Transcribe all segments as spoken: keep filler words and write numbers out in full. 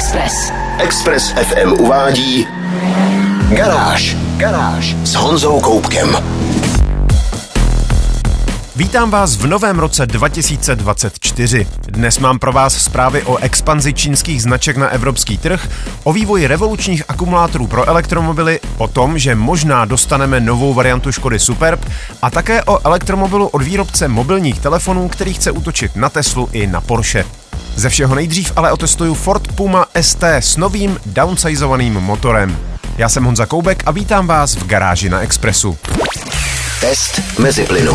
Express. Express F M uvádí Garáž. Garáž s Honzou Koubkem. Vítám vás v novém roce dva tisíce dvacet čtyři. Dnes mám pro vás zprávy o expanzi čínských značek na evropský trh, o vývoji revolučních akumulátorů pro elektromobily, o tom, že možná dostaneme novou variantu Škody Superb a také o elektromobilu od výrobce mobilních telefonů, který chce útočit na Teslu i na Porsche. Ze všeho nejdřív ale otestuju Ford Puma S T s novým downsizovaným motorem. Já jsem Honza Koubek a vítám vás v Garáži na Expressu. Test meziplynu.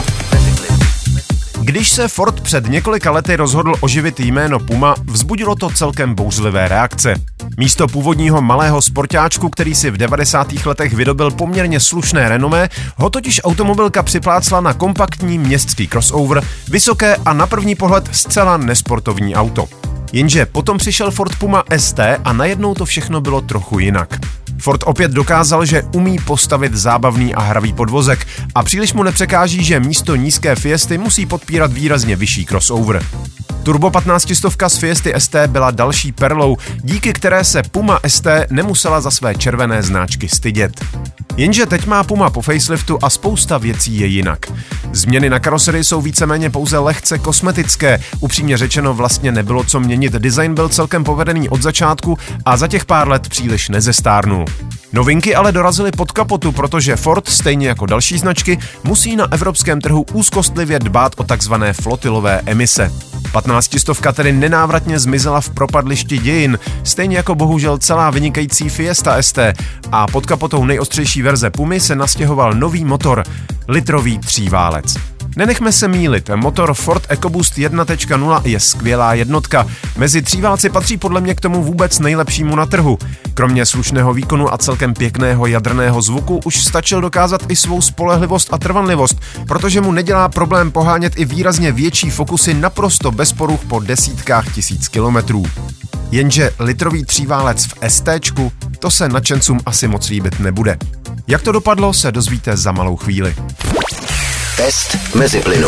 Když se Ford před několika lety rozhodl oživit jméno Puma, vzbudilo to celkem bouřlivé reakce. Místo původního malého sportáčku, který si v devadesátých letech vydobil poměrně slušné renomé, ho totiž automobilka připlácla na kompaktní městský crossover, vysoké a na první pohled zcela nesportovní auto. Jenže potom přišel Ford Puma S T a najednou to všechno bylo trochu jinak. Ford opět dokázal, že umí postavit zábavný a hravý podvozek a příliš mu nepřekáží, že místo nízké Fiesty musí podpírat výrazně vyšší crossover. Turbo patnáctistovka z Fiesty S T byla další perlou, díky které se Puma S T nemusela za své červené značky stydět. Jenže teď má Puma po faceliftu a spousta věcí je jinak. Změny na karoserii jsou víceméně pouze lehce kosmetické, upřímně řečeno vlastně nebylo co měnit, design byl celkem povedený od začátku a za těch pár let příliš nezestárnul. Novinky ale dorazily pod kapotu, protože Ford, stejně jako další značky, musí na evropském trhu úzkostlivě dbát o takzvané flotilové emise. patnáctistovka tedy nenávratně zmizela v propadlišti dějin, stejně jako bohužel celá vynikající Fiesta S T, a pod kapotou nejostřejší verze Pumy se nastěhoval nový motor, litrový tříválec. Nenechme se mýlit, motor Ford EcoBoost jedna tečka nula je skvělá jednotka. Mezi tříválci patří podle mě k tomu vůbec nejlepšímu na trhu. Kromě slušného výkonu a celkem pěkného jadrného zvuku už stačil dokázat i svou spolehlivost a trvanlivost, protože mu nedělá problém pohánět i výrazně větší fokusy naprosto bez poruch po desítkách tisíc kilometrů. Jenže litrový tříválec v STčku, to se nadšencům asi moc líbit nebude. Jak to dopadlo, se dozvíte za malou chvíli. Test meziplynu.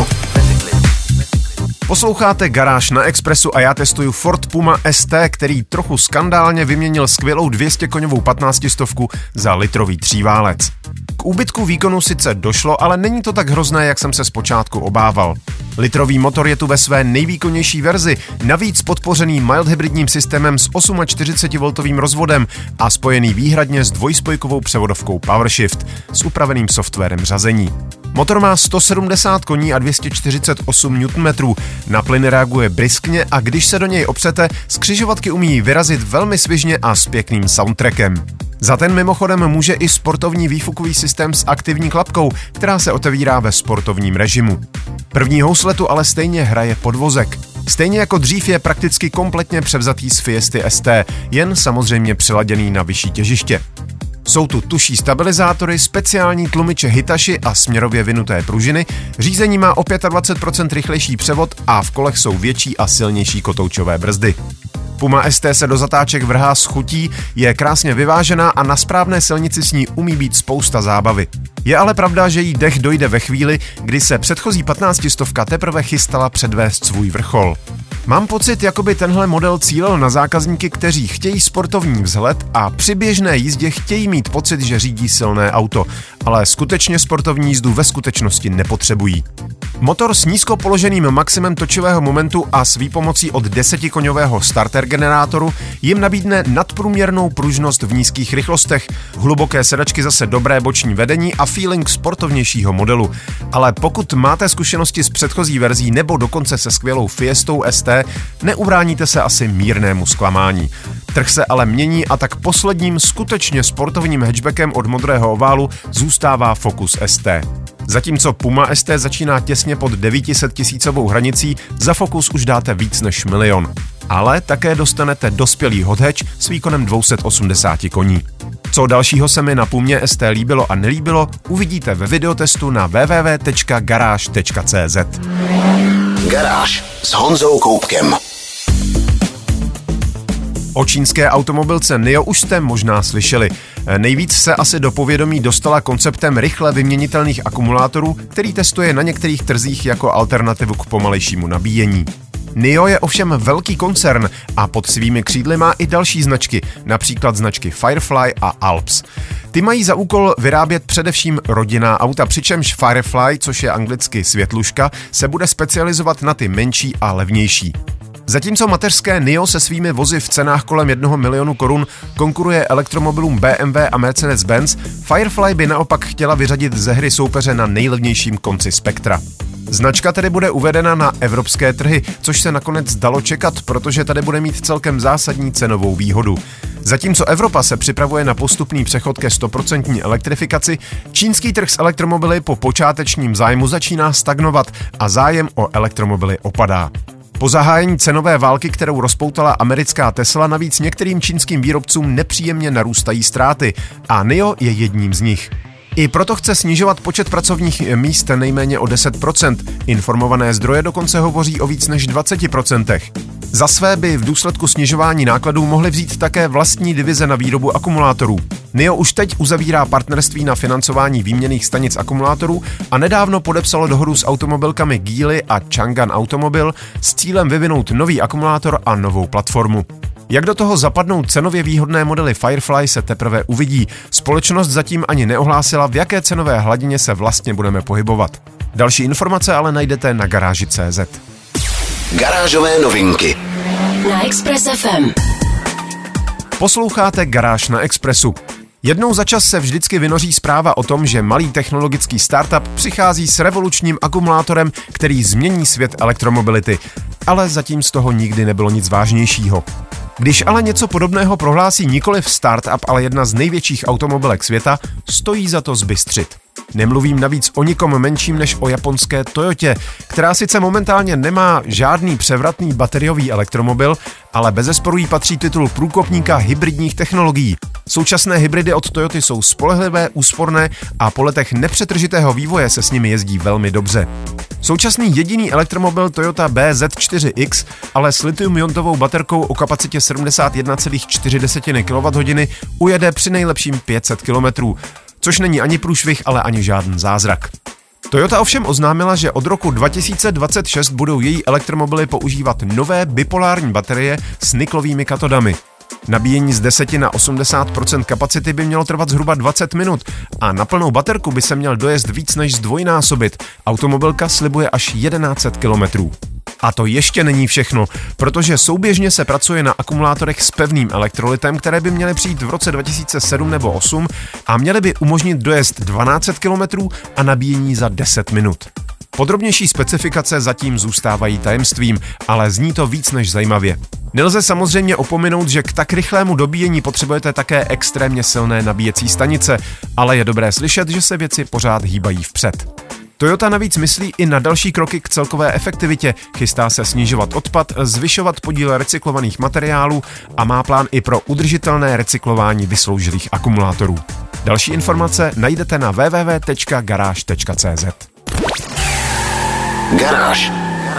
Posloucháte Garáž na Expressu a já testuju Ford Puma S T, který trochu skandálně vyměnil skvělou dvě stě koňovou patnáctistovku za litrový tříválec. K úbytku výkonu sice došlo, ale není to tak hrozné, jak jsem se zpočátku obával. Litrový motor je tu ve své nejvýkonnější verzi, navíc podpořený mild hybridním systémem s čtyřicetiosmivoltovým rozvodem a spojený výhradně s dvojspojkovou převodovkou PowerShift s upraveným softwarem řazení. Motor má sto sedmdesát koní a dvě stě čtyřicet osm newtonmetrů, na plyn reaguje bryskně a když se do něj opřete, z křižovatky umí vyrazit velmi svižně a s pěkným soundtrackem. Za ten mimochodem může i sportovní výfukový systém s aktivní klapkou, která se otevírá ve sportovním režimu. První housletu ale stejně hraje podvozek. Stejně jako dřív je prakticky kompletně převzatý z Fiesty S T, jen samozřejmě přiladěný na vyšší těžiště. Jsou tu tuší stabilizátory, speciální tlumiče Hitachi a směrově vinuté pružiny, řízení má o dvacet pět procent rychlejší převod a v kolech jsou větší a silnější kotoučové brzdy. Puma S T se do zatáček vrhá s chutí, je krásně vyvážená a na správné silnici s ní umí být spousta zábavy. Je ale pravda, že jí dech dojde ve chvíli, kdy se předchozí patnáctistovka teprve chystala předvést svůj vrchol. Mám pocit, jako by tenhle model cílil na zákazníky, kteří chtějí sportovní vzhled a při běžné jízdě chtějí mít pocit, že řídí silné auto, ale skutečně sportovní jízdu ve skutečnosti nepotřebují. Motor s nízko položeným maximem točivého momentu a s výpomocí od desetikoňového starter generátoru jim nabídne nadprůměrnou pružnost v nízkých rychlostech, hluboké sedačky zase dobré boční vedení a feeling sportovnějšího modelu. Ale pokud máte zkušenosti s předchozí verzí nebo dokonce se skvělou Fiestou S T, neubráníte se asi mírnému zklamání. Trh se ale mění a tak posledním skutečně sportovním hatchbackem od modrého oválu zůstává Focus S T. Zatímco Puma S T začíná těsně pod devět set tisícovou hranicí, za Focus už dáte víc než milion. Ale také dostanete dospělý hot hatch s výkonem dvě stě osmdesát koní. Co dalšího se mi na Pumě S T líbilo a nelíbilo, uvidíte ve videotestu na w w w tečka garáž tečka c z. Garáž s Honzou Koubkem. O čínské automobilce Nio už jste možná slyšeli. Nejvíc se asi do povědomí dostala konceptem rychle vyměnitelných akumulátorů, který testuje na některých trzích jako alternativu k pomalejšímu nabíjení. N I O je ovšem velký koncern a pod svými křídly má i další značky, například značky Firefly a Alps. Ty mají za úkol vyrábět především rodinná auta, přičemž Firefly, což je anglicky světluška, se bude specializovat na ty menší a levnější. Zatímco mateřské N I O se svými vozy v cenách kolem jednoho milionu korun konkuruje elektromobilům B M W a Mercedes-Benz, Firefly by naopak chtěla vyřadit ze hry soupeře na nejlevnějším konci spektra. Značka tedy bude uvedena na evropské trhy, což se nakonec dalo čekat, protože tady bude mít celkem zásadní cenovou výhodu. Zatímco Evropa se připravuje na postupný přechod ke stoprocentní elektrifikaci, čínský trh s elektromobily po počátečním zájmu začíná stagnovat a zájem o elektromobily opadá. Po zahájení cenové války, kterou rozpoutala americká Tesla, navíc některým čínským výrobcům nepříjemně narůstají ztráty a N I O je jedním z nich. I proto chce snižovat počet pracovních míst nejméně o deset procent. Informované zdroje dokonce hovoří o víc než dvacet procent. Za své by v důsledku snižování nákladů mohly vzít také vlastní divize na výrobu akumulátorů. N I O už teď uzavírá partnerství na financování výměnných stanic akumulátorů a nedávno podepsalo dohodu s automobilkami Geely a Changan Automobil s cílem vyvinout nový akumulátor a novou platformu. Jak do toho zapadnou cenově výhodné modely Firefly, se teprve uvidí. Společnost zatím ani neohlásila, v jaké cenové hladině se vlastně budeme pohybovat. Další informace ale najdete na garáži tečka cé zet. Garážové novinky na Express F M. Posloucháte Garáž na Expressu. Jednou za čas se vždycky vynoří zpráva o tom, že malý technologický startup přichází s revolučním akumulátorem, který změní svět elektromobility. Ale zatím z toho nikdy nebylo nic vážnějšího. Když ale něco podobného prohlásí nikoliv startup, ale jedna z největších automobilek světa, stojí za to zbystřit. Nemluvím navíc o nikom menším než o japonské Toyotě, která sice momentálně nemá žádný převratný bateriový elektromobil, ale bezesporu jí patří titul průkopníka hybridních technologií. Současné hybridy od Toyoty jsou spolehlivé, úsporné a po letech nepřetržitého vývoje se s nimi jezdí velmi dobře. Současný jediný elektromobil Toyota B Z čtyři X, ale s litium-iontovou baterkou o kapacitě sedmdesát jedna celá čtyři kilowatthodin ujede při nejlepším pět set kilometrů, což není ani průšvih, ale ani žádný zázrak. Toyota ovšem oznámila, že od roku dva tisíce dvacet šest budou její elektromobily používat nové bipolární baterie s niklovými katodami. Nabíjení z deseti na osmdesát procent kapacity by mělo trvat zhruba dvacet minut a na plnou baterku by se měl dojezd víc než zdvojnásobit. Automobilka slibuje až tisíc sto kilometrů. A to ještě není všechno, protože souběžně se pracuje na akumulátorech s pevným elektrolitem, které by měly přijít v roce dva tisíce sedm nebo osm a měly by umožnit dojezd dvanáct set kilometrů a nabíjení za deset minut. Podrobnější specifikace zatím zůstávají tajemstvím, ale zní to víc než zajímavě. Nelze samozřejmě opominout, že k tak rychlému dobíjení potřebujete také extrémně silné nabíjecí stanice, ale je dobré slyšet, že se věci pořád hýbají vpřed. Toyota navíc myslí i na další kroky k celkové efektivitě, chystá se snižovat odpad, zvyšovat podíl recyklovaných materiálů a má plán i pro udržitelné recyklování vysloužilých akumulátorů. Další informace najdete na w w w tečka garáž tečka cé zet. Garáž.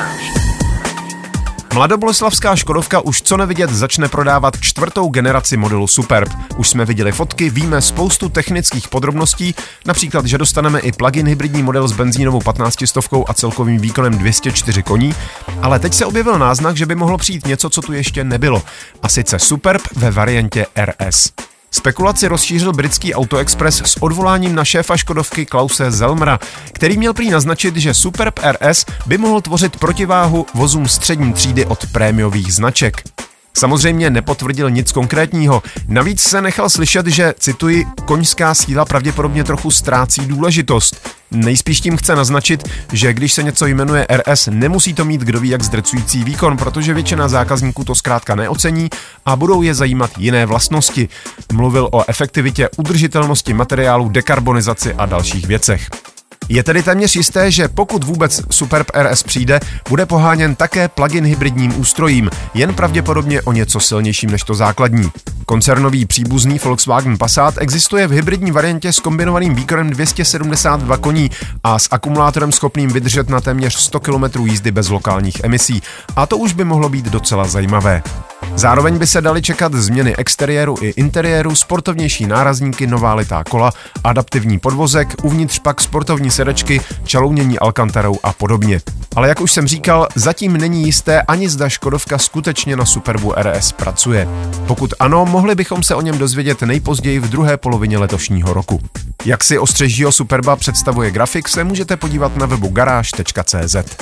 Mladoboleslavská Škodovka už co nevidět začne prodávat čtvrtou generaci modelu Superb. Už jsme viděli fotky, víme spoustu technických podrobností, například, že dostaneme i plug-in hybridní model s benzínovou patnáctistovkou a celkovým výkonem dvě stě čtyři koní, ale teď se objevil náznak, že by mohlo přijít něco, co tu ještě nebylo, a sice Superb ve variantě R S. Spekulaci rozšířil britský Auto Express s odvoláním na šéfa Škodovky Klause Zelmera, který měl prý naznačit, že Superb R S by mohl tvořit protiváhu vozům střední třídy od prémiových značek. Samozřejmě nepotvrdil nic konkrétního, navíc se nechal slyšet, že, cituji, koňská síla pravděpodobně trochu ztrácí důležitost. Nejspíš tím chce naznačit, že když se něco jmenuje R S, nemusí to mít kdo ví jak zdrcující výkon, protože většina zákazníků to zkrátka neocení a budou je zajímat jiné vlastnosti. Mluvil o efektivitě, udržitelnosti materiálu, dekarbonizaci a dalších věcech. Je tedy téměř jisté, že pokud vůbec Superb R S přijde, bude poháněn také plug-in hybridním ústrojím, jen pravděpodobně o něco silnějším než to základní. Koncernový příbuzný Volkswagen Passat existuje v hybridní variantě s kombinovaným výkonem dvě stě sedmdesát dva koní a s akumulátorem schopným vydržet na téměř sto kilometrů jízdy bez lokálních emisí. A to už by mohlo být docela zajímavé. Zároveň by se daly čekat změny exteriéru i interiéru, sportovnější nárazníky, nová litá kola, adaptivní podvozek, uvnitř pak sportovní sedačky, čalounění alkantarou a podobně. Ale jak už jsem říkal, zatím není jisté ani zda Škodovka skutečně na Superbu R S pracuje. Pokud ano, mohli bychom se o něm dozvědět nejpozději v druhé polovině letošního roku. Jak si ostřejšího Superba představuje grafik, se můžete podívat na webu garáž tečka cé zet.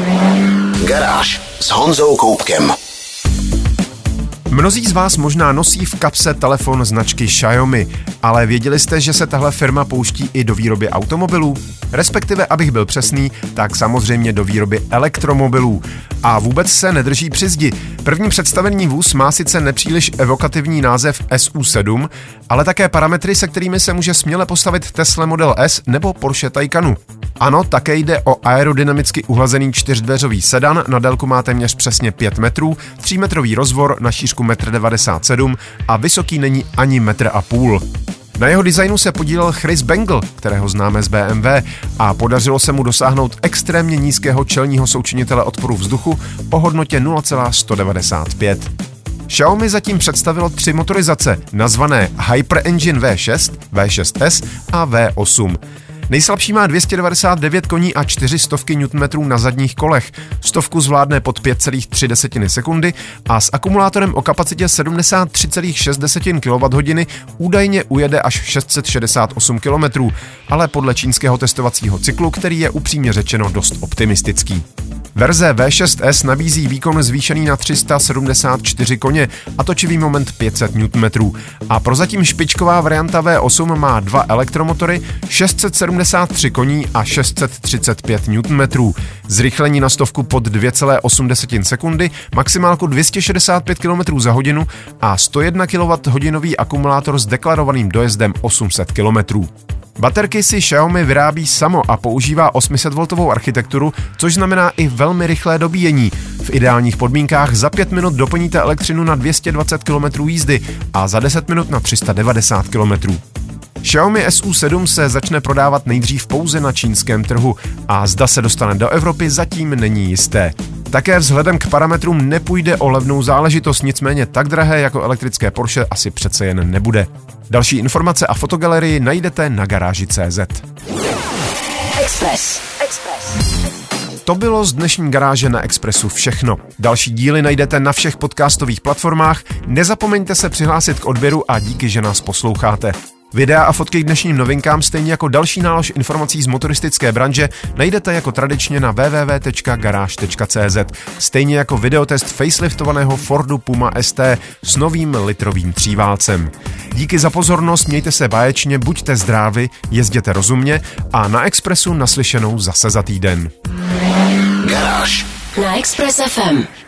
Garáž s Honzou Koupkem. Mnozí z vás možná nosí v kapse telefon značky Xiaomi, ale věděli jste, že se tahle firma pouští i do výroby automobilů? Respektive, abych byl přesný, tak samozřejmě do výroby elektromobilů. A vůbec se nedrží při zdi. První představený vůz má sice nepříliš evokativní název S U sedm, ale také parametry, se kterými se může směle postavit Tesla Model S nebo Porsche Taycanu. Ano, také jde o aerodynamicky uhlazený čtyřdveřový sedan, na délku má téměř přesně pět metrů, třímetrový rozvor, na šířku metr devadesát sedm a vysoký není ani metr a půl. Na jeho designu se podílel Chris Bangle, kterého známe z B M W, a podařilo se mu dosáhnout extrémně nízkého čelního součinitele odporu vzduchu o hodnotě nula celá sto devadesát pět. Xiaomi zatím představilo tři motorizace, nazvané HyperEngine V šest, V šest S a V osm. Nejslabší má dvě stě devadesát devět koní a čtyři stovky newtonmetrů na zadních kolech. Stovku zvládne pod pět celá tři sekundy a s akumulátorem o kapacitě sedmdesát tři celá šest kilowatthodin údajně ujede až šest set šedesát osm kilometrů, ale podle čínského testovacího cyklu, který je upřímně řečeno dost optimistický. Verze V šest S nabízí výkon zvýšený na tři sta sedmdesát čtyři koně a točivý moment pět set newtonmetrů. A prozatím špičková varianta V osm má dva elektromotory, šest set sedmdesát tři koní a šest set třicet pět newtonmetrů. Zrychlení na stovku pod dvě celá osm sekundy, maximálku dvě stě šedesát pět kilometrů za hodinu a sto jedna kilowatthodin akumulátor s deklarovaným dojezdem osm set kilometrů. Baterky si Xiaomi vyrábí samo a používá osm set voltovou architekturu, což znamená i velmi rychlé dobíjení. V ideálních podmínkách za pět minut doplníte elektřinu na dvě stě dvacet kilometrů jízdy a za deset minut na tři sta devadesát kilometrů. Xiaomi S U sedm se začne prodávat nejdřív pouze na čínském trhu a zda se dostane do Evropy, zatím není jisté. Také vzhledem k parametrům nepůjde o levnou záležitost, nicméně tak drahé jako elektrické Porsche asi přece jen nebude. Další informace a fotogalerii najdete na garáži tečka cé zet. Express. Express. To bylo z dnešní garáže na Expressu všechno. Další díly najdete na všech podcastových platformách, nezapomeňte se přihlásit k odběru a díky, že nás posloucháte. Videa a fotky k dnešním novinkám, stejně jako další nálož informací z motoristické branže, najdete jako tradičně na w w w tečka garáž tečka cé zet, stejně jako videotest faceliftovaného Fordu Puma S T s novým litrovým tříválcem. Díky za pozornost, mějte se báječně, buďte zdraví, jezděte rozumně a na Expressu naslyšenou zase za týden. Garáž Na Express F M.